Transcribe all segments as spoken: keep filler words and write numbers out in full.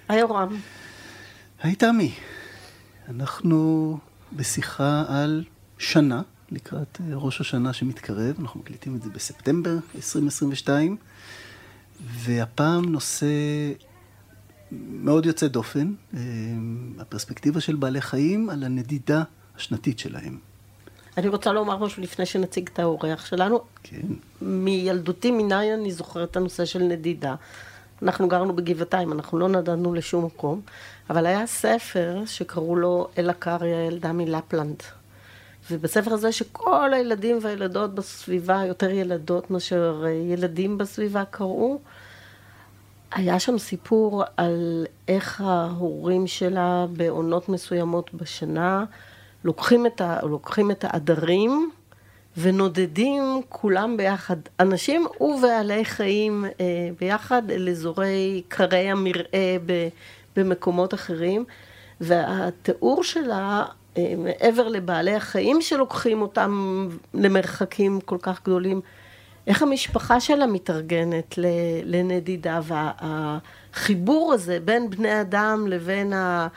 היי אורם. היי תמי. אנחנו בשיחה על שנה, לקראת ראש השנה שמתקרב. אנחנו מקליטים את זה בספטמבר עשרים עשרים ושתיים. והפעם נושא מאוד יוצא דופן, הפרספקטיבה של בעלי חיים על הנדידה השנתית שלהם. אני רוצה לומר משהו לפני שנציג את האורח שלנו. כן. מילדותי מנין אני זוכרת את הנושא של נדידה. אנחנו גרנו בגבעתיים, אנחנו לא נדדנו לשום מקום, אבל היה ספר שקראו לו אלה קריה, ילדה מלפלנד. ובספר הזה שכל הילדים והילדות בסביבה, יותר ילדות מאשר ילדים בסביבה קראו, היה שם סיפור על איך ההורים שלה בעונות מסוימות בשנה לוקחים את, ה, לוקחים את העדרים ונודדים כולם ביחד, אנשים ובעלי חיים אה, ביחד אל אזורי קרי המרעה ב, במקומות אחרים, והתיאור שלה אה, מעבר לבעלי החיים שלוקחים אותם למרחקים כל כך גדולים, איך המשפחה שלה מתארגנת לנדידה, והחיבור הזה בין בני אדם לבין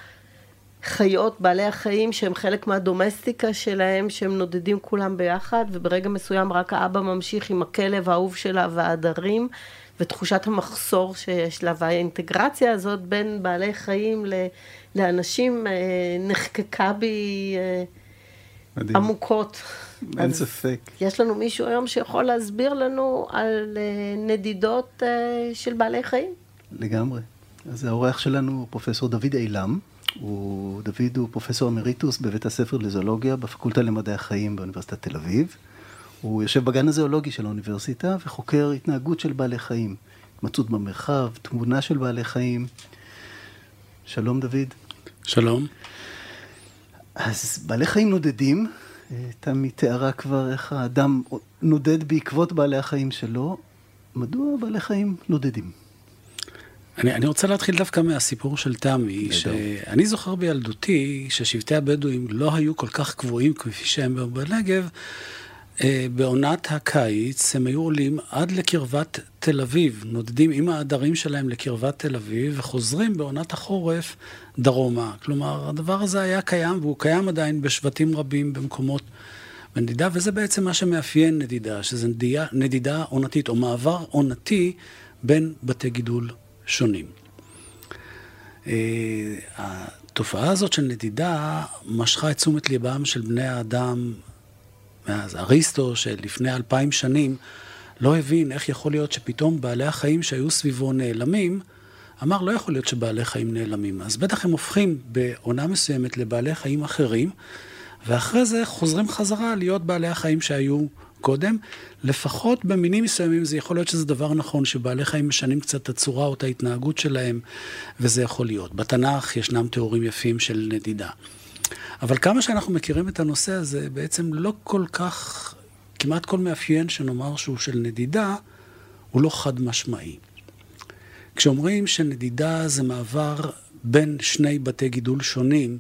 החיות, בעלי החיים שהם חלק מהדומסטיקה שלהם, שהם נודדים כולם ביחד, וברגע מסוים רק האבא ממשיך עם הכלב האהוב שלה והעדרים, ותחושת המחסור שיש לה, והאינטגרציה הזאת בין בעלי חיים לאנשים נחקקה בי מדהים. עמוקות. אין ספק. יש לנו מישהו היום שיכול להסביר לנו על נדידות של בעלי חיים? לגמרי. אז האורח שלנו הוא פרופסור דוד אילם. הוא, דוד הוא פרופסור אמריטוס בבית הספר לזואולוגיה בפקולטה למדעי החיים באוניברסיטת תל אביב. הוא יושב בגן הזואולוגי של האוניברסיטה וחוקר התנהגות של בעלי חיים, התמצאות במרחב, תמונה של בעלי חיים. שלום דוד. שלום. אז בעלי חיים נודדים, תמי תיארה כבר איך האדם נודד בעקבות בעלי החיים שלו. מדוע בעלי חיים נודדים? אני, אני רוצה להתחיל דווקא מהסיפור של תמי, שאני זוכר בילדותי ששבטי הבדואים לא היו כל כך קבועים כפי שהם בנגב. בעונת הקיץ הם היו עולים עד לקרבת תל אביב, נודדים עם העדרים שלהם לקרבת תל אביב, וחוזרים בעונת החורף דרומה. כלומר, הדבר הזה היה קיים, והוא קיים עדיין בשבטים רבים במקומות בנדידה, וזה בעצם מה שמאפיין נדידה, שזה נדידה, נדידה עונתית, או מעבר עונתי בין בתי גידול שונים. התופעה הזאת של נדידה משכה את תשומת ליבם של בני האדם, אז אריסטו שלפני אלפיים שנים לא הבין איך יכול להיות שפתאום בעלי החיים שהיו סביבו נעלמים, אמר לא יכול להיות שבעלי חיים נעלמים. אז בטח הם הופכים בעונה מסוימת לבעלי חיים אחרים, ואחרי זה חוזרים חזרה להיות בעלי החיים שהיו קודם. לפחות במינים מסוימים זה יכול להיות שזה דבר נכון, שבעלי חיים משנים קצת את הצורה או את ההתנהגות שלהם, וזה יכול להיות. בתנ"ך ישנם תיאורים יפים של נדידה. אבל כמה שאנחנו מכירים את הנושא הזה, בעצם לא כל כך, כמעט כל מאפיין שנאמר שהוא של נדידה, הוא לא חד משמעי. כשאומרים שנדידה זה מעבר בין שני בתי גידול שונים,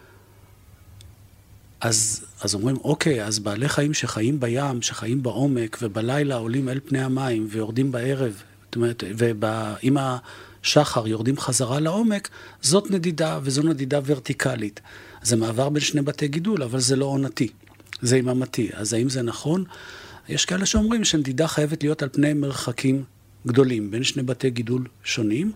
אז, אז אומרים, אוקיי, אז בעלי חיים שחיים בים, שחיים בעומק, ובלילה עולים אל פני המים, ויורדים בערב, זאת אומרת, ועם השחר יורדים חזרה לעומק, זאת נדידה, וזו נדידה ורטיקלית. זה מעבר בין שני בתי גידול, אבל זה לא עונתי, זה יממתי. אז האם זה נכון? יש כאלה שאומרים שנדידה חייבת להיות על פני מרחקים גדולים, בין שני בתי גידול שונים,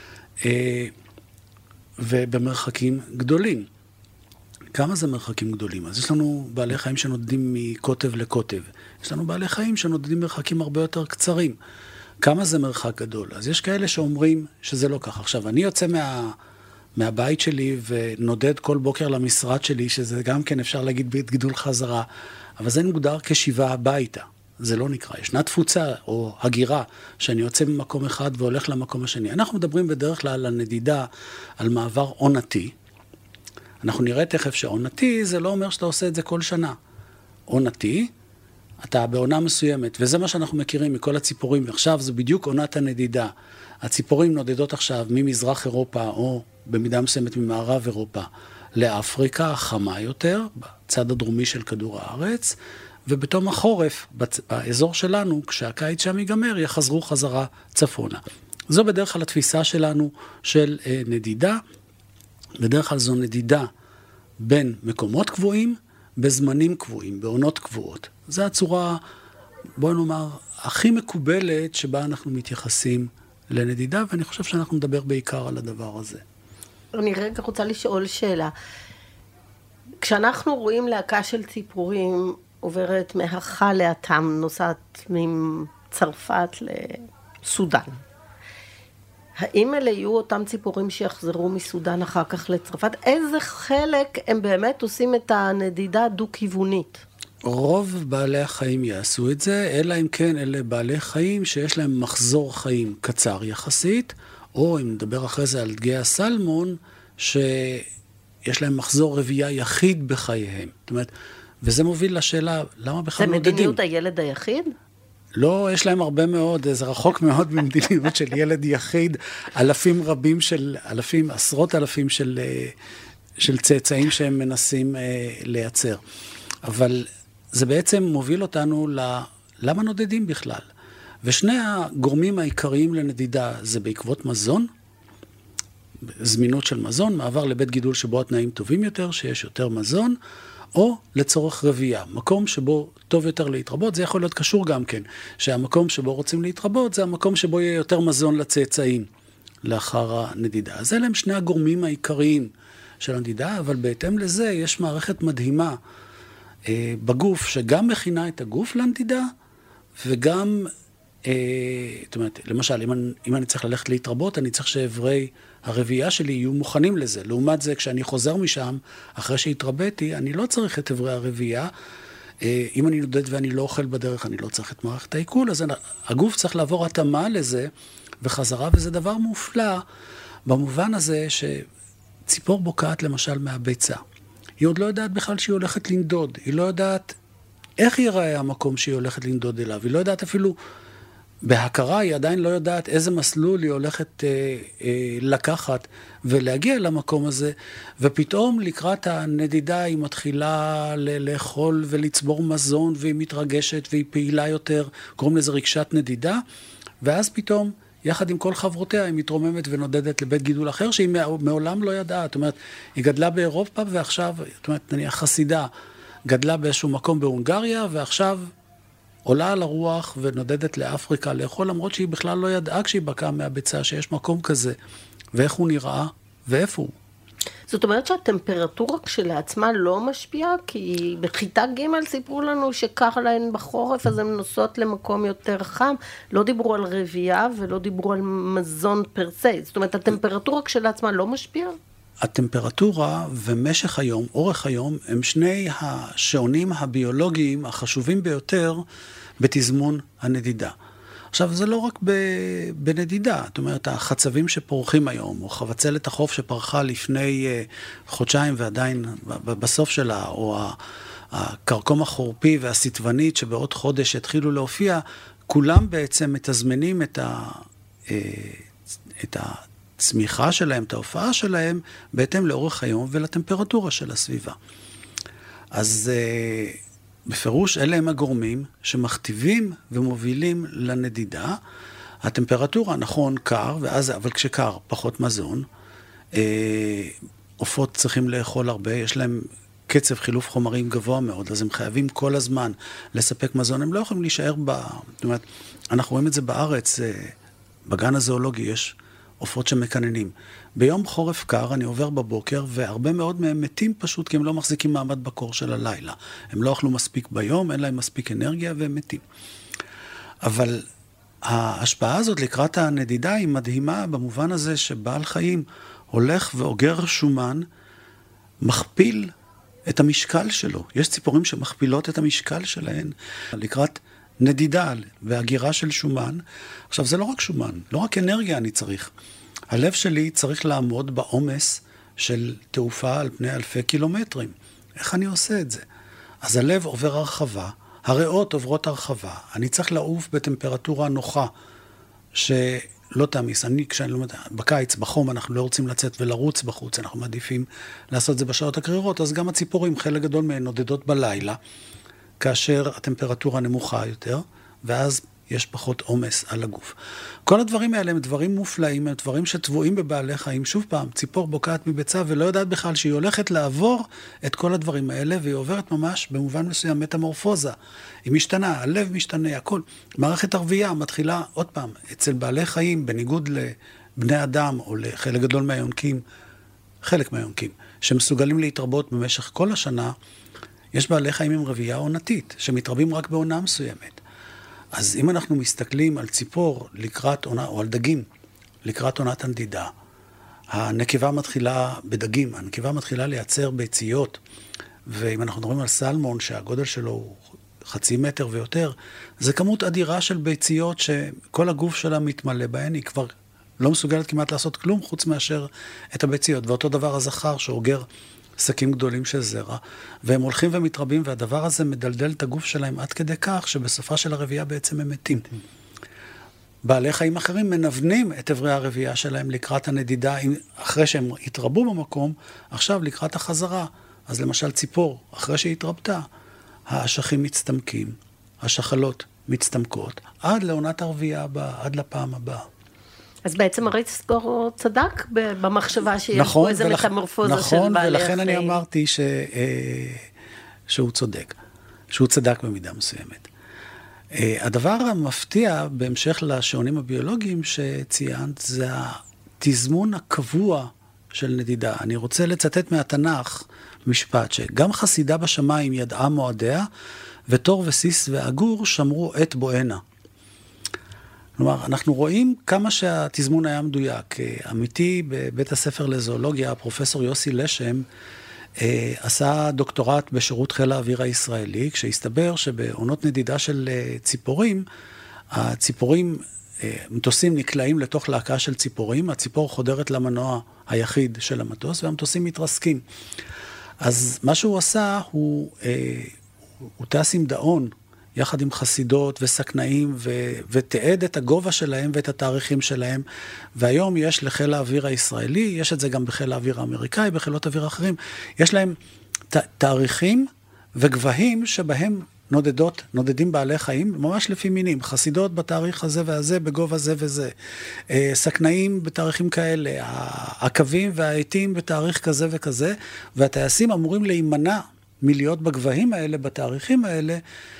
ובמרחקים גדולים. כמה זה מרחקים גדולים? אז יש לנו בעלי חיים שנודדים מקוטב לקוטב. יש לנו בעלי חיים שנודדים מרחקים הרבה יותר קצרים. כמה זה מרחק גדול? אז יש כאלה שאומרים שזה לא כך. עכשיו, אני יוצא מה... מהבית שלי ונודד כל בוקר למשרד שלי, שזה גם כן אפשר להגיד בית גידול חזרה, אבל זה מוגדר כשיבה הביתה. זה לא נקרא. ישנה תפוצה או הגירה שאני יוצא ממקום אחד והולך למקום השני. אנחנו מדברים בדרך כלל על הנדידה, על מעבר עונתי. אנחנו נראה תכף שעונתי זה לא אומר שאתה עושה את זה כל שנה. עונתי, אתה בעונה מסוימת, וזה מה שאנחנו מכירים מכל הציפורים. עכשיו זו בדיוק עונת הנדידה. הציפורים נודדות עכשיו ממזרח אירופה או במידה מסוימת ממערב אירופה לאפריקה, החמה יותר, בצד הדרומי של כדור הארץ, ובתום החורף, באזור שלנו, כשהקיץ שם ייגמר, יחזרו חזרה צפונה. זו בדרך כלל התפיסה שלנו של אה, נדידה. בדרך כלל זו נדידה בין מקומות קבועים, בזמנים קבועים, בעונות קבועות. זו הצורה, בוא נאמר, הכי מקובלת שבה אנחנו מתייחסים לנדידה, ואני חושב שאנחנו נדבר בעיקר על הדבר הזה. אני רגע רוצה לשאול שאלה. כשאנחנו רואים להקה של ציפורים עוברת מהכה לאטם, נוסעת מצרפת לסודן, האם אלה יהיו אותם ציפורים שיחזרו מסודן אחר כך לצרפת? איזה חלק הם באמת עושים את הנדידה דו-כיוונית? רוב בעלי החיים יעשו את זה, אלא אם כן אלה בעלי חיים שיש להם מחזור חיים קצר יחסית, או אם נדבר אחרי זה על דגי הסלמון, שיש להם מחזור רבייה יחיד בחייהם. זאת אומרת, וזה מוביל לשאלה, למה בכלל נודדים? זה מדיניות הילד היחיד? לא, יש להם הרבה מאוד, זה רחוק מאוד ממדיניות של ילד יחיד, אלפים רבים של, אלפים, עשרות אלפים של, של צאצאים שהם מנסים לייצר. אבל זה בעצם מוביל אותנו ל... למה נודדים בכלל? ושני הגורמים העיקריים לנדידה זה בעקבות מזון, זמינות של מזון, מעבר לבית גידול שבו התנאים טובים יותר, שיש יותר מזון, או לצורך רבייה, מקום שבו טוב יותר להתרבות. זה יכול להיות קשור גם כן, שהמקום שבו רוצים להתרבות זה המקום שבו יהיה יותר מזון לצאצאים לאחר הנדידה. אז אלה הם שני הגורמים העיקריים של הנדידה, אבל בהתאם לזה יש מערכת מדהימה אה, בגוף, שגם מכינה את הגוף לנדידה, וגם, אה, זאת אומרת, למשל, אם אני, אם אני צריך ללכת להתרבות, אני צריך שעברי הרבייה שלי יהיו מוכנים לזה. לעומת זה, כשאני חוזר משם, אחרי שהתרבתי, אני לא צריך את עברי הרבייה. אם אני נודד ואני לא אוכל בדרך, אני לא צריך את מערכת העיכול, אז הגוף צריך לעבור התאמה לזה, וחזרה, וזה דבר מופלא, במובן הזה שציפור בוקעת למשל מהביצה. היא עוד לא יודעת בכלל שהיא הולכת לנדוד, היא לא יודעת איך ייראה המקום שהיא הולכת לנדוד אליו, היא לא יודעת אפילו, בהכרה היא עדיין לא יודעת איזה מסלול היא הולכת אה, אה, לקחת ולהגיע למקום הזה, ופתאום לקראת הנדידה היא מתחילה ל- לאכול ולצבור מזון, והיא מתרגשת והיא פעילה יותר, קוראים לזה רגשת נדידה, ואז פתאום יחד עם כל חברותיה היא מתרוממת ונודדת לבית גידול אחר שהיא מעולם לא ידעה. זאת אומרת, היא גדלה באירופה ועכשיו, זאת אומרת, נניח חסידה גדלה באיזשהו מקום בהונגריה, ועכשיו עולה על הרוח ונודדת לאפריקה לאכול, למרות שהיא בכלל לא ידעה כשהיא בקעה מהביצה שיש מקום כזה, ואיך הוא נראה ואיפה הוא. זאת אומרת שהטמפרטורה כשלעצמה לא משפיעה, כי בכיתה ג' סיפרו לנו שככה להן בחורף, אז הן נוסעות למקום יותר חם, לא דיברו על רבייה ולא דיברו על מזון פרסי. זאת אומרת, הטמפרטורה כשלעצמה לא משפיעה? הטמפרטורה ומשך היום, אורך היום, הם שני השעונים הביולוגיים החשובים ביותר בתזמון הנדידה. עכשיו, זה לא רק בנדידה, זאת אומרת, החצבים שפורחים היום, או חבצלת החוף שפרחה לפני חודשיים ועדיין בסוף שלה, או הקרקום החורפי והסטבנית שבעוד חודש התחילו להופיע, כולם בעצם מתזמנים את ה... את ה צמיחה שלהם, את ההופעה שלהם, בהתאם לאורך היום ולטמפרטורה של הסביבה. אז uh, בפירוש אלה הם הגורמים שמכתיבים ומובילים לנדידה. הטמפרטורה, נכון, קר, ואז, אבל כשקר, פחות מזון. Uh, עופות צריכים לאכול הרבה, יש להם קצב חילוף חומרים גבוה מאוד, אז הם חייבים כל הזמן לספק מזון, הם לא יכולים להישאר ב... זאת אומרת, אנחנו רואים את זה בארץ, בגן הזואולוגי יש עופות שמקננים. ביום חורף קר אני עובר בבוקר, והרבה מאוד מהם מתים פשוט, כי הם לא מחזיקים מעמד בקור של הלילה. הם לא אכלו מספיק ביום, אין להם מספיק אנרגיה, והם מתים. אבל ההשפעה הזאת לקראת הנדידה היא מדהימה, במובן הזה שבעל חיים הולך ואוגר שומן, מכפיל את המשקל שלו. יש ציפורים שמכפילות את המשקל שלהן לקראת נדידה והגירה של שומן. עכשיו, זה לא רק שומן, לא רק אנרגיה אני צריך. הלב שלי צריך לעמוד בעומס של תעופה על פני אלפי קילומטרים. איך אני עושה את זה? אז הלב עובר הרחבה, הריאות עוברות הרחבה, אני צריך לעוף בטמפרטורה נוחה, שלא תמיס. אני, כשאני לומד, בקיץ, בחום, אנחנו לא רוצים לצאת ולרוץ בחוץ, אנחנו מעדיפים לעשות את זה בשעות הקרירות, אז גם הציפורים, חלק גדול מהן נודדות בלילה, כאשר הטמפרטורה נמוכה יותר, ואז יש פחות עומס על הגוף. כל הדברים האלה הם דברים מופלאים, הם דברים שטבועים בבעלי חיים. שוב פעם, ציפור בוקעת מביצה ולא יודעת בכלל שהיא הולכת לעבור את כל הדברים האלה, והיא עוברת ממש במובן מסוים מטמורפוזה. היא משתנה, הלב משתנה, הכל. מערכת הרבייה מתחילה עוד פעם, אצל בעלי חיים, בניגוד לבני אדם או לחלק גדול מהיונקים, חלק מהיונקים, שמסוגלים להתרבות במשך כל השנה, יש בעלי חיים עם רבייה עונתית, שמתרבים רק בעונה מסוימת. אז אם אנחנו מסתכלים על ציפור לקראת עונה, או על דגים, לקראת עונת הנדידה, הנקבה מתחילה בדגים, הנקבה מתחילה לייצר ביציות, ואם אנחנו מדברים על סלמון, שהגודל שלו הוא חצי מטר ויותר, זה כמות אדירה של ביציות שכל הגוף שלה מתמלא בהן, היא כבר לא מסוגלת כמעט לעשות כלום חוץ מאשר את הביציות. ואותו דבר הזכר שאוגר שקים גדולים של זרע, והם הולכים ומתרבים, והדבר הזה מדלדל את הגוף שלהם עד כדי כך, שבסופה של הרבייה בעצם הם מתים. בעלי חיים אחרים מנוונים את אברי הרבייה שלהם לקראת הנדידה, אחרי שהם התרבו במקום, עכשיו לקראת החזרה. אז למשל ציפור, אחרי שהיא התרבתה, האשכים מצטמקים, השחלות מצטמקות, עד לעונת הרבייה הבאה, עד לפעם הבאה. אז בעצם אריסטו צדק במחשבה שיש נכון, פה איזה ולכ... מטמורפוזה נכון, של בעלי החיים. נכון, ולכן אני אמרתי ש... שהוא צודק, שהוא צדק במידה מסוימת. הדבר המפתיע, בהמשך לשעונים הביולוגיים שציינת, זה התזמון הקבוע של נדידה. אני רוצה לצטט מהתנ"ך משפט, שגם חסידה בשמיים ידעה מועדיה, ותור וסיס ואגור שמרו את בואנה. כלומר, אנחנו רואים כמה שהתזמון היה מדויק. אמיתי בבית הספר לזואולוגיה, הפרופסור יוסי לשם, אה, עשה דוקטורט בשירות חיל האוויר הישראלי, כשהסתבר שבעונות נדידה של אה, ציפורים, הציפורים, אה, מטוסים נקלעים לתוך להקה של ציפורים, הציפור חודרת למנוע היחיד של המטוס, והמטוסים מתרסקים. אז מה שהוא עשה, הוא, אה, הוא טס עם דאון, יחד עם חסידות וסכנאים, ו- ותעד את הגובה שלהם ואת התאריכים שלהם. והיום יש לחיל האוויר הישראלי, יש את זה גם בחיל האוויר האמריקאי, בחילות אוויר אחרים, יש להם ת- תאריכים וגבהים שבהם נודדות, נודדים בעלי חיים, ממש לפי מינים, חסידות בתאריך הזה והזה, בגובה זה וזה, סכנאים בתאריכים כאלה, העקבים והעיתים בתאריך כזה וכזה, והטייסים אמורים להימנע מלהיות בגבהים האלה, בתאריכים האלה,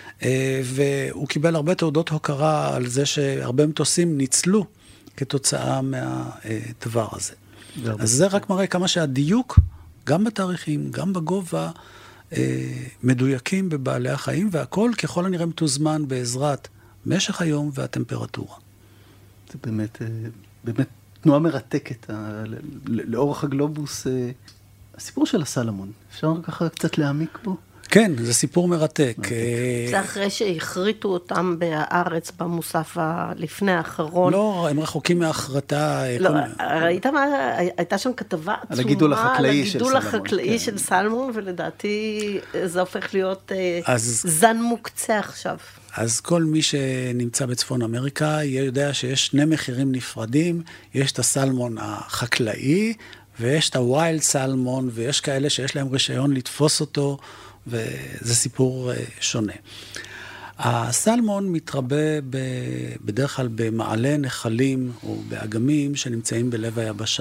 והוא קיבל הרבה תעודות הוקרה על זה שהרבה מטוסים ניצלו כתוצאה מהדבר הזה. אז זה רק מראה כמה שהדיוק, גם בתאריכים, גם בגובה, מדויקים בבעלי החיים, והכל ככל הנראה מתוזמן בעזרת משך היום והטמפרטורה. זה באמת, באמת תנועה מרתקת. לאורך הגלובוס, הסיפור של הסלמון, אפשר ככה קצת להעמיק בו? כן, זה סיפור מרתק. זה אחרי שהחריטו אותם בארץ במוסף לפני האחרון. לא, הם רחוקים מההחרטה. לא, ראית מה, הייתה שם כתבה עצומה על הגידול החקלאי של סלמון. על הגידול החקלאי של סלמון, ולדעתי זה הופך להיות זן מוקצה עכשיו. אז כל מי שנמצא בצפון אמריקה יודע שיש שני מחירים נפרדים, יש את הסלמון החקלאי, ויש את הווילד סלמון, ויש כאלה שיש להם רישיון לתפוס אותו, וזה סיפור שונה. הסלמון מתרבה בדרך כלל במעלה נחלים או באגמים שנמצאים בלב היבשה.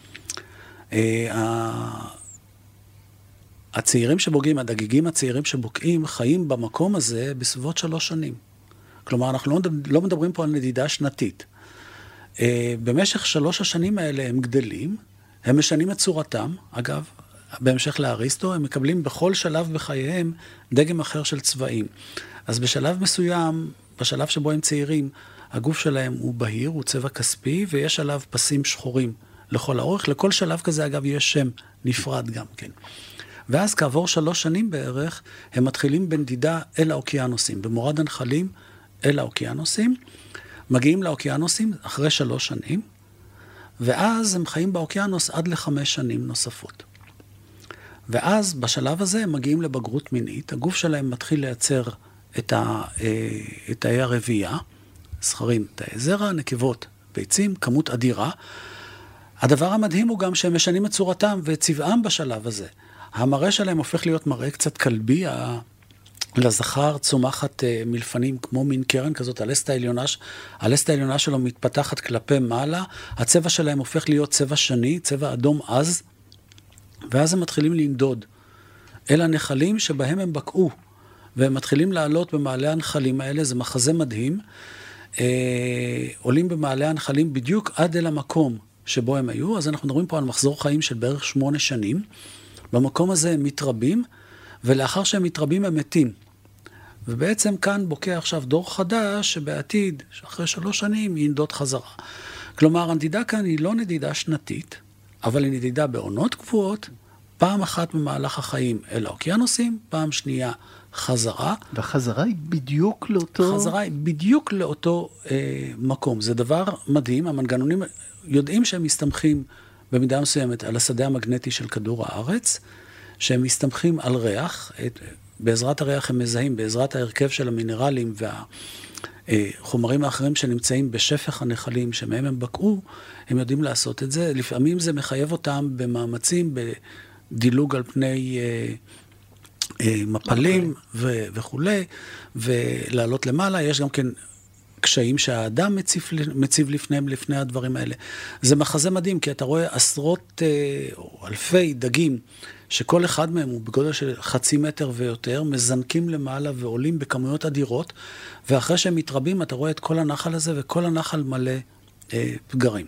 הצעירים שבוגעים, הדגיגים הצעירים שבוקעים, חיים במקום הזה בסביבות שלוש שנים. כלומר, אנחנו לא מדברים פה על נדידה שנתית. במשך שלוש השנים האלה הם גדלים, הם משנים את צורתם, אגב, בהמשך לאריסטו, הם מקבלים בכל שלב בחייהם דגם אחר של צבעים. אז בשלב מסוים, בשלב שבו הם צעירים, הגוף שלהם הוא בהיר, הוא צבע כספי, ויש עליו פסים שחורים לכל האורך. לכל שלב כזה, אגב, יש שם נפרד גם כן. ואז כעבור שלוש שנים בערך, הם מתחילים בנדידה אל האוקיינוסים, במורד הנחלים אל האוקיינוסים, מגיעים לאוקיינוסים אחרי שלוש שנים, ואז הם חיים באוקיינוס עד לחמש שנים נוספות. ואז בשלב הזה הם מגיעים לבגרות מינית, הגוף שלהם מתחיל לייצר את, ה, את תאי הרבייה, זכרים, תאי זרע, נקבות, ביצים, כמות אדירה. הדבר המדהים הוא גם שהם משנים את צורתם ואת צבעם בשלב הזה. המראה שלהם הופך להיות מראה קצת כלבי, לזכר צומחת uh, מלפנים כמו מין קרן כזאת, הלסת העליונה, הלסת העליונה שלו מתפתחת כלפי מעלה, הצבע שלהם הופך להיות צבע שני, צבע אדום עז, ואז הם מתחילים לנדוד אל הנחלים שבהם הם בקעו, והם מתחילים לעלות במעלה הנחלים האלה, זה מחזה מדהים, אה, עולים במעלה הנחלים בדיוק עד אל המקום שבו הם היו, אז אנחנו מדברים פה על מחזור חיים של בערך שמונה שנים, במקום הזה הם מתרבים, ולאחר שהם מתרבים הם מתים. ובעצם כאן בוקע עכשיו דור חדש שבעתיד, שאחרי שלוש שנים, ינדוד חזרה. כלומר, הנדידה כאן היא לא נדידה שנתית, אבל היא נדידה בעונות קבועות, פעם אחת במהלך החיים אל האוקיינוסים, פעם שנייה חזרה. והחזרה היא בדיוק לאותו... חזרה היא בדיוק לאותו אה, מקום. זה דבר מדהים, המנגנונים יודעים שהם מסתמכים במידה מסוימת על השדה המגנטי של כדור הארץ, שהם מסתמכים על ריח, את, בעזרת הריח הם מזהים, בעזרת ההרכב של המינרלים והחומרים האחרים שנמצאים בשפך הנחלים שמהם הם בקעו, הם יודעים לעשות את זה. לפעמים זה מחייב אותם במאמצים, בדילוג על פני אה, אה, מפלים ו- וכו', ולעלות למעלה. יש גם כן קשיים שהאדם מציב, מציב לפניהם, לפני הדברים האלה. זה מחזה מדהים, כי אתה רואה עשרות אה, או אלפי דגים, שכל אחד מהם הוא בגודל של חצי מטר ויותר, מזנקים למעלה ועולים בכמויות אדירות, ואחרי שהם מתרבים, אתה רואה את כל הנחל הזה, וכל הנחל מלא אה, פגרים.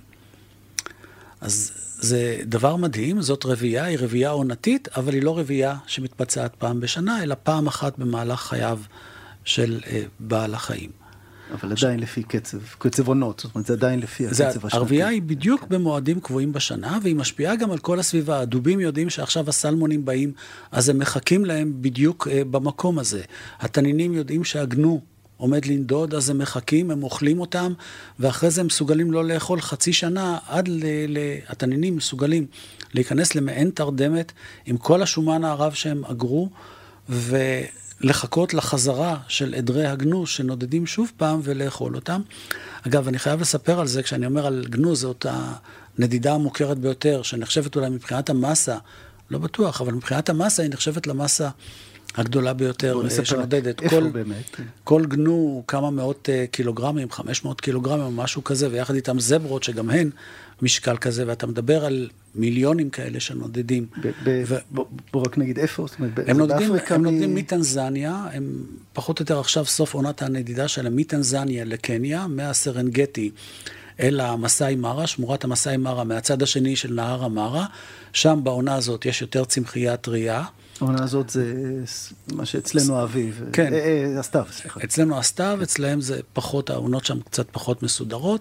אז זה דבר מדהים, זאת רבייה, היא רבייה עונתית, אבל היא לא רבייה שמתבצעת פעם בשנה, אלא פעם אחת במהלך חייו של אה, בעל החיים. אבל עדיין לפי קצב, קצב עונות, זאת אומרת, זה עדיין לפי הקצב השנתי. הרבייה היא בדיוק במועדים קבועים בשנה, והיא משפיעה גם על כל הסביבה. הדובים יודעים שעכשיו הסלמונים באים, אז הם מחכים להם בדיוק במקום הזה. התנינים יודעים שהגנו עומד לנדוד, אז הם מחכים, הם אוכלים אותם, ואחרי זה הם מסוגלים לא לאכול חצי שנה, עד ל... ל... התנינים מסוגלים להיכנס למעין תרדמת, עם כל השומן הרב שהם אגרו, ו... לחכות לחזרה של עדרי הגנוש שנודדים שוב פעם ולאכול אותם. אגב, אני חייב לספר על זה, כשאני אומר על גנוש, זאת הנדידה המוכרת ביותר, שנחשבת אולי מבחינת המסה, לא בטוח, אבל מבחינת המסה היא נחשבת למסה הגדולה ביותר שנודדת. איפה כל, באמת? כל גנו כמה מאות קילוגרמים, חמש מאות קילוגרמים או משהו כזה, ויחד איתם זברות שגם הן משקל כזה, ואתה מדבר על מיליונים כאלה שנודדים. בוא רק נגיד איפה, זאת אומרת, הם נודדים מטנזניה, הם פחות או יותר עכשיו סוף עונת הנדידה שלהם, מטנזניה לקניה, מהסרנגטי אל המסאי מרה, שמורת המסאי מרה מהצד השני של נהר המרה, שם בעונה הזאת יש יותר צמחייה טריה. העונה הזאת זה מה שאצלנו האביב. כן. הסתיו, סליחה. אצלנו הסתיו, אצלהם זה פחות, העונות שם קצת פחות מסודרות,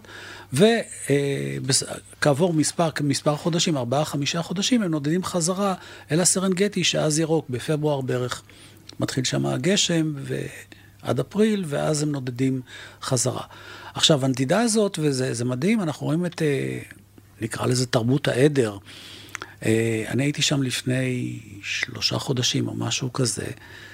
וכעבור מספר, מספר חודשים, ארבעה, חמישה חודשים, הם נודדים חזרה אל הסרנגטי, שאז ירוק, בפברואר בערך, מתחיל שם הגשם, ועד אפריל, ואז הם נודדים חזרה. עכשיו, הנדידה הזאת, וזה זה מדהים, אנחנו רואים את, נקרא לזה תרבות העדר, אני הייתי שם לפני שלושה חודשים או משהו כזה,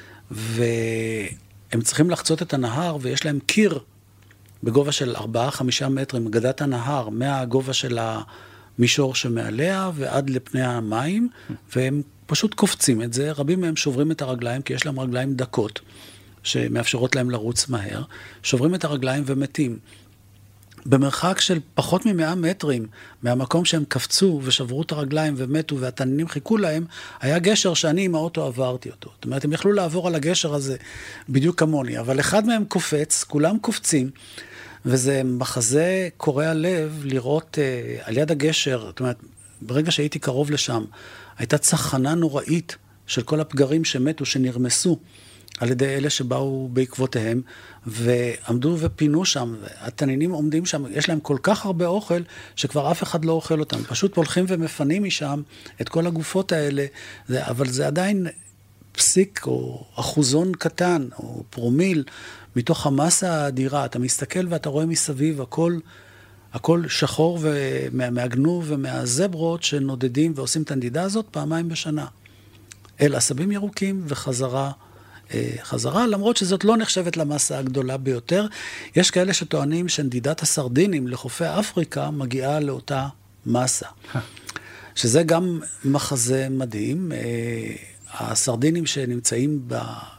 והם צריכים לחצות את הנהר, ויש להם קיר בגובה של ארבעה, חמישה מטרים, גדת הנהר, מהגובה של המישור שמעליה ועד לפני המים, והם פשוט קופצים את זה. רבים מהם שוברים את הרגליים, כי יש להם רגליים דקות, שמאפשרות להם לרוץ מהר, שוברים את הרגליים ומתים. במרחק של פחות ממאה מטרים מהמקום שהם קפצו ושברו את הרגליים ומתו והתנינים חיכו להם, היה גשר שאני עם האוטו עברתי אותו. זאת אומרת, הם יכלו לעבור על הגשר הזה בדיוק כמוני, אבל אחד מהם קופץ, כולם קופצים, וזה מחזה קורע לב לראות uh, על יד הגשר, זאת אומרת, ברגע שהייתי קרוב לשם, הייתה צחנה נוראית של כל הפגרים שמתו, שנרמסו, על ידי אלה שבאו בעקבותיהם, ועמדו ופינו שם, והתנינים עומדים שם, יש להם כל כך הרבה אוכל, שכבר אף אחד לא אוכל אותם. פשוט הולכים ומפנים משם את כל הגופות האלה, אבל זה עדיין פסיק או אחוזון קטן, או פרומיל, מתוך המסה האדירה. אתה מסתכל ואתה רואה מסביב, הכל, הכל שחור מהגנוב ומהזברות שנודדים ועושים את הנדידה הזאת פעמיים בשנה. אל עשבים ירוקים וחזרה חזרה, למרות שזאת לא נחשבת למסה הגדולה ביותר. יש כאלה שטוענים שנדידת הסרדינים לחופי אפריקה מגיעה לאותה מסה. שזה גם מחזה מדהים. הסרדינים שנמצאים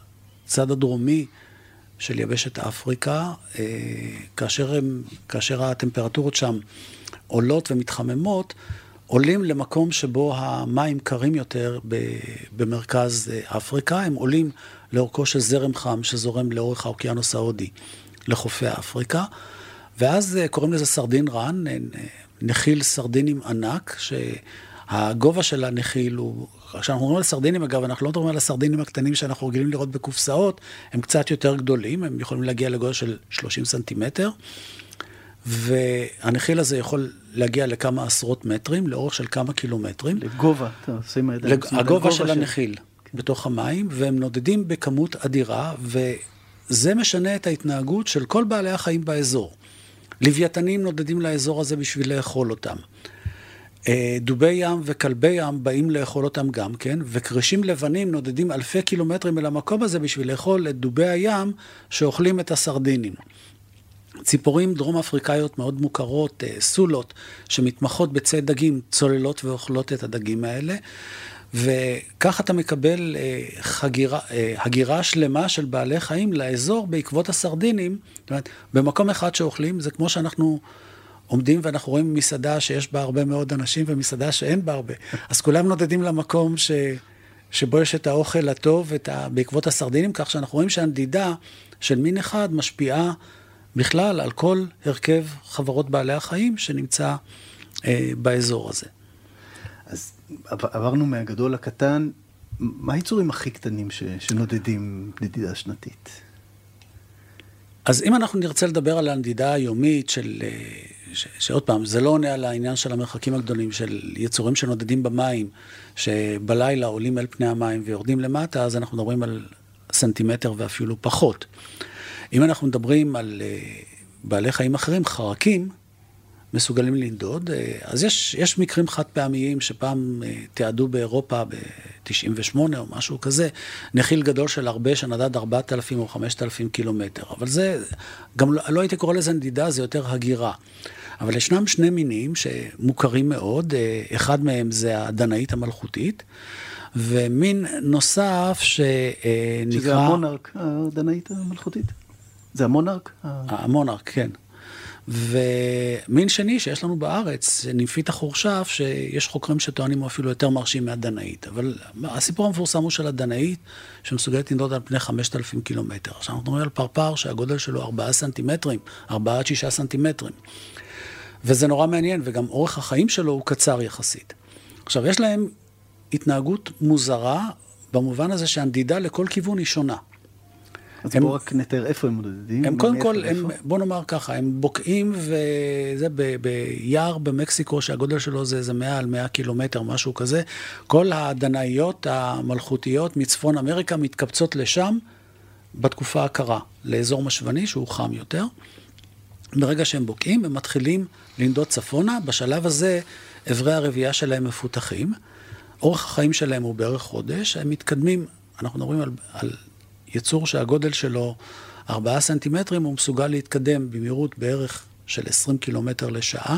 הצד הדרומי של יבשת אפריקה, כאשר, הם, כאשר הטמפרטורות שם עולות ומתחממות, עולים למקום שבו המים קרים יותר במרכז אפריקה, הם עולים לאורכו של זרם חם שזורם לאורך האוקיינוס ההודי לחופי אפריקה, ואז קוראים לזה סרדין רן, נחיל סרדינים ענק, שהגובה של הנחיל הוא, כשאנחנו אומרים על סרדינים, אגב, אנחנו לא מדברים על הסרדינים הקטנים שאנחנו רגילים לראות בקופסאות, הם קצת יותר גדולים, הם יכולים להגיע לגודל של שלושים סנטימטר, והנחיל הזה יכול להגיע לכמה עשרות מטרים, לאורך של כמה קילומטרים. לגובה, אתה עושה עם הידיים. הגובה של הנחיל בתוך המים, והם נודדים בכמות אדירה, וזה משנה את ההתנהגות של כל בעלי החיים באזור. לוויתנים נודדים לאזור הזה בשביל לאכול אותם. דובי ים וכלבי ים באים לאכול אותם גם כן, וקרישים לבנים נודדים אלפי קילומטרים אל המקום הזה בשביל לאכול את דובי הים שאוכלים את הסרדינים. ציפורים דרום אפריקאיות מאוד מוכרות, סולות, שמתמחות בצי דגים, צוללות ואוכלות את הדגים האלה, וכך אתה מקבל חגירה, הגירה שלמה של בעלי חיים לאזור בעקבות הסרדינים. זאת אומרת, במקום אחד שאוכלים, זה כמו שאנחנו עומדים ואנחנו רואים מסעדה שיש בה הרבה מאוד אנשים ומסעדה שאין בה הרבה. אז כולם נודדים למקום ש... שבו יש את האוכל הטוב את ה... בעקבות הסרדינים, כך שאנחנו רואים שהנדידה של מין אחד משפיעה בכלל על כל הרכב חברות בעלי החיים שנמצא אה, באזור הזה. אז עברנו מהגדול לקטן, מה היצורים הכי קטנים ש... שנודדים נדידה שנתית? אז אם אנחנו נרצה לדבר על הנדידה היומית של, ש... שעוד פעם, זה לא עונה על העניין של המרחקים הגדולים, של יצורים שנודדים במים, שבלילה עולים אל פני המים ויורדים למטה, אז אנחנו מדברים על סנטימטר ואפילו פחות. אם אנחנו מדברים על בעלי חיים אחרים, חרקים, מסוגלים לנדוד, אז יש, יש מקרים חד פעמיים שפעם תיעדו באירופה ב-תשעים ושמונה או משהו כזה, נחיל גדול של הרבה שנדד ארבעת אלפים או חמשת אלפים קילומטר, אבל זה, גם לא, לא הייתי קורא לזה נדידה, זה יותר הגירה. אבל ישנם שני מינים שמוכרים מאוד, אחד מהם זה הדנאית המלכותית, ומין נוסף שנקרא... שזה המונרק, הדנאית המלכותית? זה המונרק? המונרק, כן. ומין שני שיש לנו בארץ, נימפית החורשף, שיש חוקרים שטוענים הוא אפילו יותר מרשים מהדנאית. אבל הסיפור המפורסם הוא של הדנאית, שמסוגלת לנדוד על פני חמשת אלפים קילומטר. עכשיו אנחנו מדברים על פרפר שהגודל שלו ארבעה סנטימטרים, ארבעה עד שישה סנטימטרים. וזה נורא מעניין, וגם אורך החיים שלו הוא קצר יחסית. עכשיו, יש להם התנהגות מוזרה, במובן הזה שהנדידה לכל כיוון היא שונה. אז בואו רק נתאר איפה הם מודדים. הם קודם כל, הם, בוא נאמר ככה, הם בוקעים, וזה ב, ביער במקסיקו, שהגודל שלו זה, זה מאה על מאה קילומטר, משהו כזה. כל הדנאיות המלכותיות מצפון אמריקה מתקבצות לשם, בתקופה הקרה, לאזור משוני, שהוא חם יותר. ברגע שהם בוקעים, הם מתחילים לנדוד צפונה. בשלב הזה, אברי הרבייה שלהם מפותחים. אורך החיים שלהם הוא בערך חודש. הם מתקדמים, אנחנו מדברים על... על יצור שהגודל שלו ארבעה סנטימטרים, הוא מסוגל להתקדם במהירות בערך של עשרים קילומטר לשעה.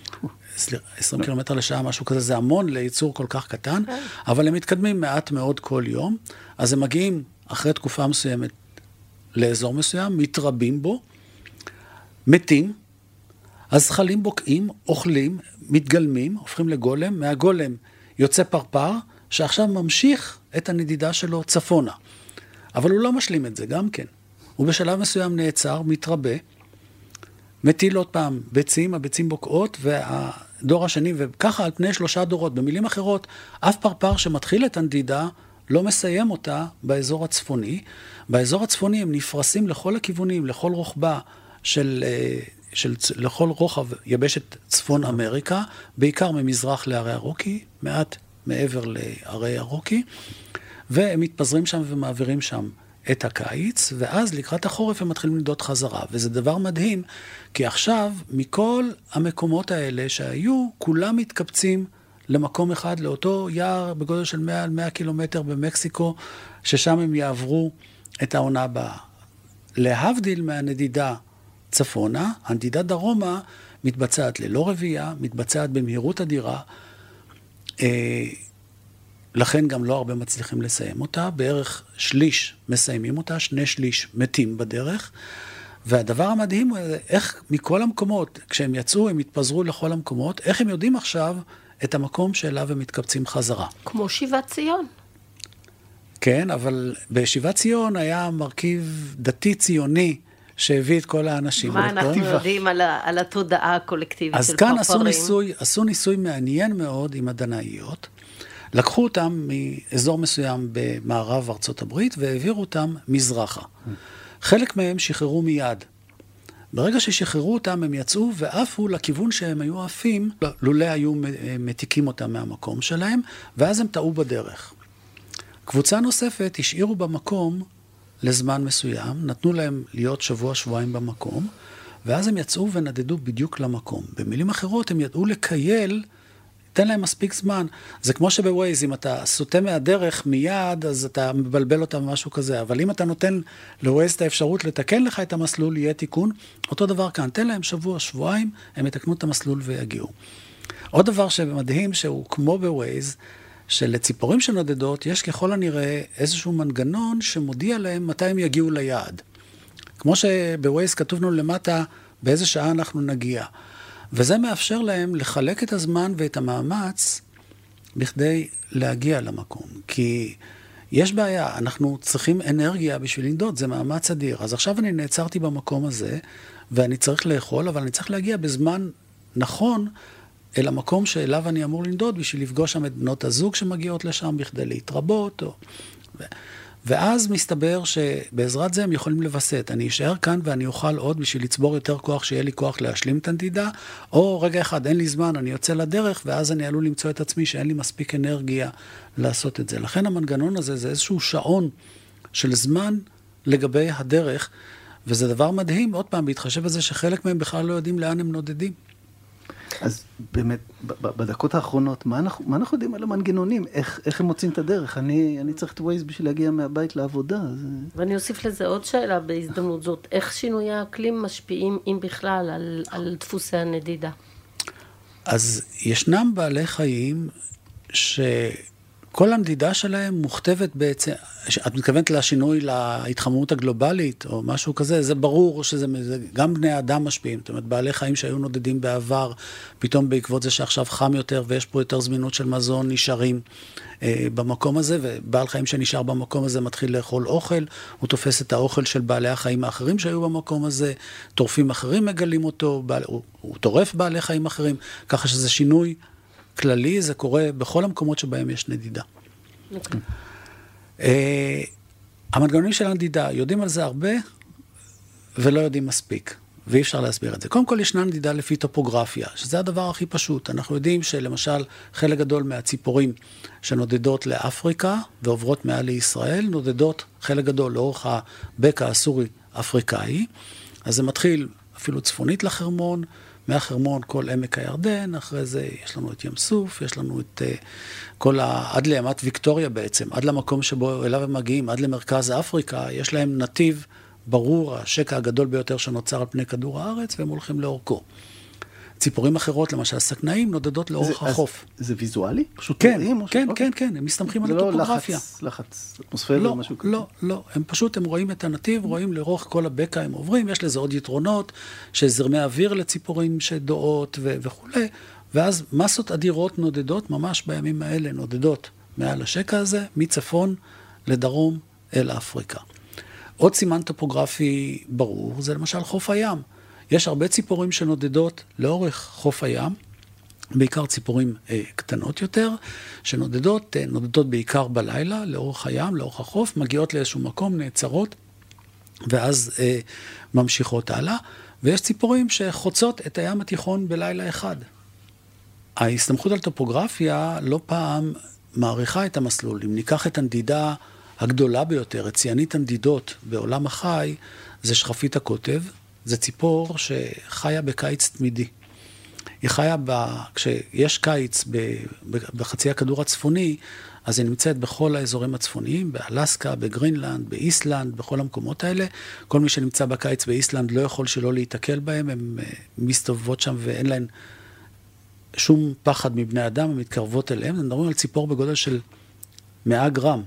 עשרים קילומטר לשעה, משהו כזה, זה המון ליצור כל כך קטן, אבל הם מתקדמים מעט מאוד כל יום, אז הם מגיעים אחרי תקופה מסוימת לאזור מסוים, מתרבים בו, מתים, הזחלים בוקעים, אוכלים, מתגלמים, הופכים לגולם, מהגולם יוצא פרפר, שעכשיו ממשיך את הנדידה שלו צפונה. אבל הוא לא משלים את זה גם כן. הוא בשלב מסוים נעצר, מתרבה, מטיל עוד פעם ביצים, הביצים בוקעות, והדור השני, וככה על פני שלושה דורות. במילים אחרות, אף פרפר שמתחיל את הנדידה, לא מסיים אותה באזור הצפוני. באזור הצפוני הם נפרסים לכל הכיוונים, לכל רוחבה של, של, לכל רוחב יבשת צפון אמריקה, בעיקר ממזרח להרי הרוקי, מעט מעבר להרי הרוקי, והם מתפזרים שם ומעבירים שם את הקיץ, ואז לקראת החורף הם מתחילים לנדוד חזרה. וזה דבר מדהים, כי עכשיו מכל המקומות האלה שהיו, כולם מתקבצים למקום אחד, לאותו יער בגודל של מאה על מאה קילומטר במקסיקו, ששם הם יעברו את העונה הבאה. להבדיל מהנדידה צפונה, הנדידה דרומה מתבצעת ללא רבייה, מתבצעת במהירות אדירה, לכן גם לא הרבה מצליחים לסיים אותה, בערך שליש מסיימים אותה, שני שליש מתים בדרך, והדבר המדהים הוא איך מכל המקומות, כשהם יצאו, הם התפזרו לכל המקומות, איך הם יודעים עכשיו את המקום שאליו הם מתקבצים חזרה. כמו שיבת ציון. כן, אבל בשיבת ציון היה מרכיב דתי ציוני, שהביא את כל האנשים. מה אנחנו יודעים על, ה, על התודעה הקולקטיבית של פרפרים? אז כאן עשו ניסוי, עשו ניסוי מעניין מאוד עם הדנאיות. לקחו אותם מאזור מסוים במערב ארצות הברית, והעבירו אותם מזרחה. חלק מהם שחררו מיד. ברגע ששחררו אותם, הם יצאו ועפו לכיוון שהם היו עפים, לולא היו מתיקים אותם מהמקום שלהם, ואז הם טעו בדרך. קבוצה נוספת השאירו במקום לזמן מסוים, נתנו להם להיות שבוע, שבועיים במקום, ואז הם יצאו ונדדו בדיוק למקום. במילים אחרות, הם ידעו לקייל, תן להם מספיק זמן. זה כמו שבווייז, אם אתה סוטה מהדרך מיד, אז אתה מבלבל אותה במשהו כזה. אבל אם אתה נותן לווייז את האפשרות לתקן לך את המסלול, יהיה תיקון. אותו דבר כאן, תן להם שבוע, שבועיים, הם יתקנו את המסלול ויגיעו. עוד דבר שמדהים, שהוא כמו בווייז, שלציפורים שנודדות, יש ככל הנראה איזשהו מנגנון שמודיע להם מתי הם יגיעו ליעד. כמו שבווייז כתוב לנו למטה, באיזה שעה אנחנו נגיע. וזה מאפשר להם לחלק את הזמן ואת המאמץ בכדי להגיע למקום. כי יש בעיה, אנחנו צריכים אנרגיה בשביל לנדוד, זה מאמץ אדיר. אז עכשיו אני נעצרתי במקום הזה, ואני צריך לאכול, אבל אני צריך להגיע בזמן נכון אל המקום שאליו אני אמור לנדוד, בשביל לפגוש שם את בנות הזוג שמגיעות לשם, בכדי להתרבות. או... ו... ואז מסתבר שבעזרת זה הם יכולים לבסט. אני אשאר כאן ואני אוכל עוד בשביל לצבור יותר כוח, שיהיה לי כוח להשלים את הנדידה, או רגע אחד, אין לי זמן, אני יוצא לדרך, ואז אני עלול למצוא את עצמי שאין לי מספיק אנרגיה לעשות את זה. לכן המנגנון הזה זה איזשהו שעון של זמן לגבי הדרך, וזה דבר מדהים, עוד פעם, בהתחשב בזה שחלק מהם בכלל לא יודעים לאן הם נודדים. אז באמת, בדקות האחרונות, מה אנחנו, מה אנחנו יודעים על המנגנונים? איך, איך הם מוצאים את הדרך? אני, אני צריך את ווייז בשביל להגיע מהבית לעבודה. זה... ואני אוסיף לזה עוד שאלה בהזדמנות זאת. איך שינויי האקלים משפיעים, אם בכלל, על, על דפוסי הנדידה? אז ישנם בעלי חיים שכל הנדידה שלהם מוכתבת בעצם, את מתכוונת לשינוי להתחממות הגלובלית או משהו כזה, זה ברור שזה זה, גם בני אדם משפיעים, זאת אומרת, בעלי חיים שהיו נודדים בעבר, פתאום בעקבות זה שעכשיו חם יותר ויש פה יותר זמינות של מזון, נשארים אה, במקום הזה, ובעל חיים שנשאר במקום הזה מתחיל לאכול אוכל, הוא תופס את האוכל של בעלי החיים האחרים שהיו במקום הזה, טורפים אחרים מגלים אותו, בעל, הוא, הוא טורף בעלי חיים אחרים, ככה שזה שינוי כללי, זה קורה בכל המקומות שבהם יש נדידה. Okay. Uh, המנגנונים של הנדידה, יודעים על זה הרבה ולא יודעים מספיק, ואי אפשר להסביר את זה. קודם כל ישנה נדידה לפי טופוגרפיה, שזה הדבר הכי פשוט. אנחנו יודעים שלמשל חלק גדול מהציפורים שנודדות לאפריקה ועוברות מעל לישראל, נודדות חלק גדול לאורך הבקע הסורי-אפריקאי, אז זה מתחיל אפילו צפונית לחרמון, מהחרמון כל עמק הירדן, אחרי זה יש לנו את ים סוף, יש לנו את uh, כל ה... עד לימת ויקטוריה בעצם, עד למקום שבו אליו הם מגיעים, עד למרכז אפריקה, יש להם נתיב ברור, השקע הגדול ביותר שנוצר על פני כדור הארץ, והם הולכים לאורכו. ציפורים אחרות, למשל סכנאים, נודדות לאורך זה, החוף. זה ויזואלי? פשוט כן, רואים? כן, ש... כן, כן, הם מסתמכים על לא הטופוגרפיה. לחץ, לחץ אטמוספירי לא, או משהו כזה? לא, לא, הם פשוט, הם רואים את הנתיב, רואים לאורך כל הבקע הם עוברים, יש לזה עוד יתרונות, שזרמי אוויר לציפורים שדועות ו- וכו', ואז מסות אדירות נודדות, ממש בימים האלה נודדות מעל השקע הזה, מצפון לדרום אל אפריקה. עוד סימן טופוגרפי ברור, זה למשל חוף הים. יש הרבה ציפורים שנודדות לאורך חוף הים, בעיקר ציפורים אה, קטנות יותר, שנודדות, אה, נודדות בעיקר בלילה, לאורך הים, לאורך החוף, מגיעות לאיזשהו מקום, נעצרות, ואז אה, ממשיכות הלאה. ויש ציפורים שחוצות את הים התיכון בלילה אחד. ההסתמכות על טופוגרפיה לא פעם מעריכה את המסלול. אם ניקח את הנדידה הגדולה ביותר, את ציינית הנדידות בעולם החי, זה שחפית הקוטב, זה ציפור שחיה בקיץ תמידי. היא חיה, ב... כשיש קיץ ב... בחצי הכדור הצפוני, אז היא נמצאת בכל האזורים הצפוניים, באלסקה, בגרינלנד, באיסלנד, בכל המקומות האלה. כל מי שנמצא בקיץ באיסלנד לא יכול שלא להתקל בהם, הן מסתובבות שם ואין להן שום פחד מבני אדם, הן מתקרבות אליהם. אנחנו מדברים על ציפור בגודל של מאה גרם.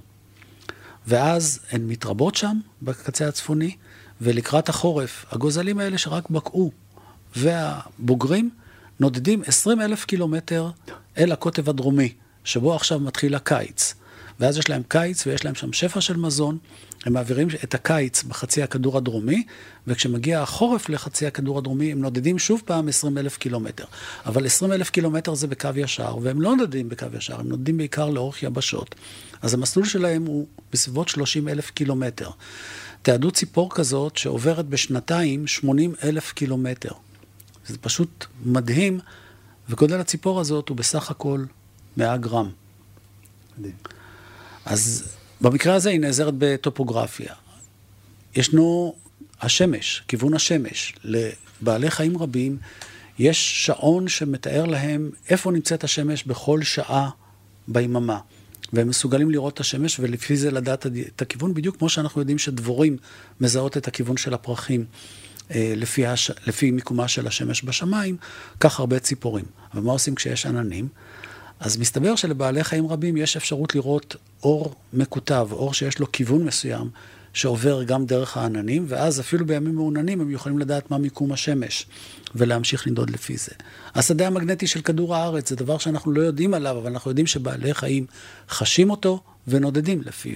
ואז הן מתרבות שם, בקצה הצפוני, ולקראת החורף, הגוזלים האלה שרק בקעו, והבוגרים נודדים עשרים אלף קילומטר אל הקוטב הדרומי, שבו עכשיו מתחיל הקיץ. ואז יש להם קיץ ויש להם שם שפע של מזון, הם מעבירים את הקיץ בחצי הכדור הדרומי, וכשמגיע החורף לחצי הכדור הדרומי, הם נודדים שוב פעם עשרים אלף קילומטר. אבל עשרים אלף קילומטר זה בקו ישר, והם לא נודדים בקו ישר, הם נודדים בעיקר לאורך יבשות. אז המסלול שלהם הוא בסביבות שלושים אלף קילומטר. תעדו ציפור כזאת שעוברת בשנתיים שמונים אלף קילומטר. זה פשוט מדהים, וגודל הציפור הזאת הוא בסך הכל מאה גרם. מדהים. אז במקרה הזה היא נעזרת בטופוגרפיה. ישנו השמש, כיוון השמש. לבעלי חיים רבים יש שעון שמתאר להם איפה נמצאת השמש בכל שעה ביממה. והם מסוגלים לראות את השמש ולפי זה לדעת את הכיוון, בדיוק כמו שאנחנו יודעים שדבורים מזהות את הכיוון של הפרחים לפי, הש... לפי מיקומה של השמש בשמיים, כך הרבה ציפורים. אבל מה עושים כשיש עננים? אז מסתבר שלבעלי חיים רבים יש אפשרות לראות אור מקוטב, אור שיש לו כיוון מסוים, שעובר גם דרך העננים, ואז אפילו בימים מעוננים הם יכולים לדעת מה מיקום השמש, ולהמשיך לנדוד לפי זה. השדה המגנטי של כדור הארץ זה דבר שאנחנו לא יודעים עליו, אבל אנחנו יודעים שבעלי חיים חשים אותו ונודדים לפיו.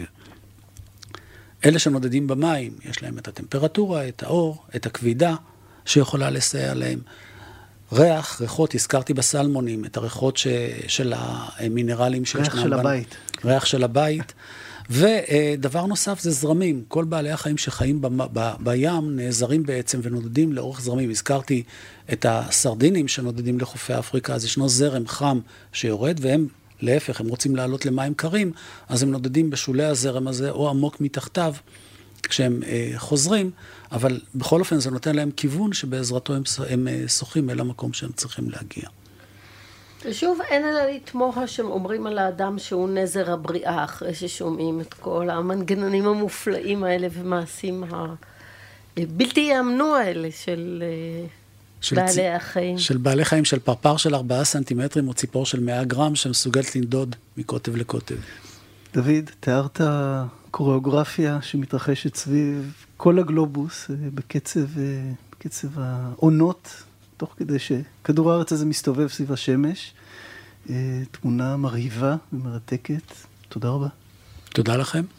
אלה שנודדים במים, יש להם את הטמפרטורה, את האור, את הכבידה, שיכולה לסייע להם. ריח, ריחות, הזכרתי בסלמונים, את הריחות ש... של המינרלים שישנם. ריח של הבית. ריח של הבית. ודבר נוסף זה זרמים. כל בעלי החיים שחיים ב... ב... בים נעזרים בעצם ונודדים לאורך זרמים. הזכרתי את הסרדינים שנודדים לחופי אפריקה, אז ישנו זרם חם שיורד, והם להפך, הם רוצים לעלות למים קרים, אז הם נודדים בשולי הזרם הזה או עמוק מתחתיו, כשהם אה, חוזרים, אבל בכל אופן זה נותן להם כיוון שבעזרתו הם, הם אה, שוחים אל המקום שהם צריכים להגיע. ושוב, אין אלא לתמוה שאומרים על האדם שהוא נזר הבריאה, אחרי ששומעים את כל המנגנונים המופלאים האלה ומעשים הבלתי יאמנו האלה של, של בעלי צ... החיים. של בעלי חיים, של פרפר של ארבעה סנטימטרים או ציפור של מאה גרם, שמסוגלת לנדוד מקוטב לקוטב. דוד, תיארת קוריאוגרפיה שמתרחשת סביב כל הגלובוס, בקצב, בקצב העונות, תוך כדי שכדור הארץ הזה מסתובב סביב השמש. תמונה מרהיבה ומרתקת. תודה רבה. תודה לכם.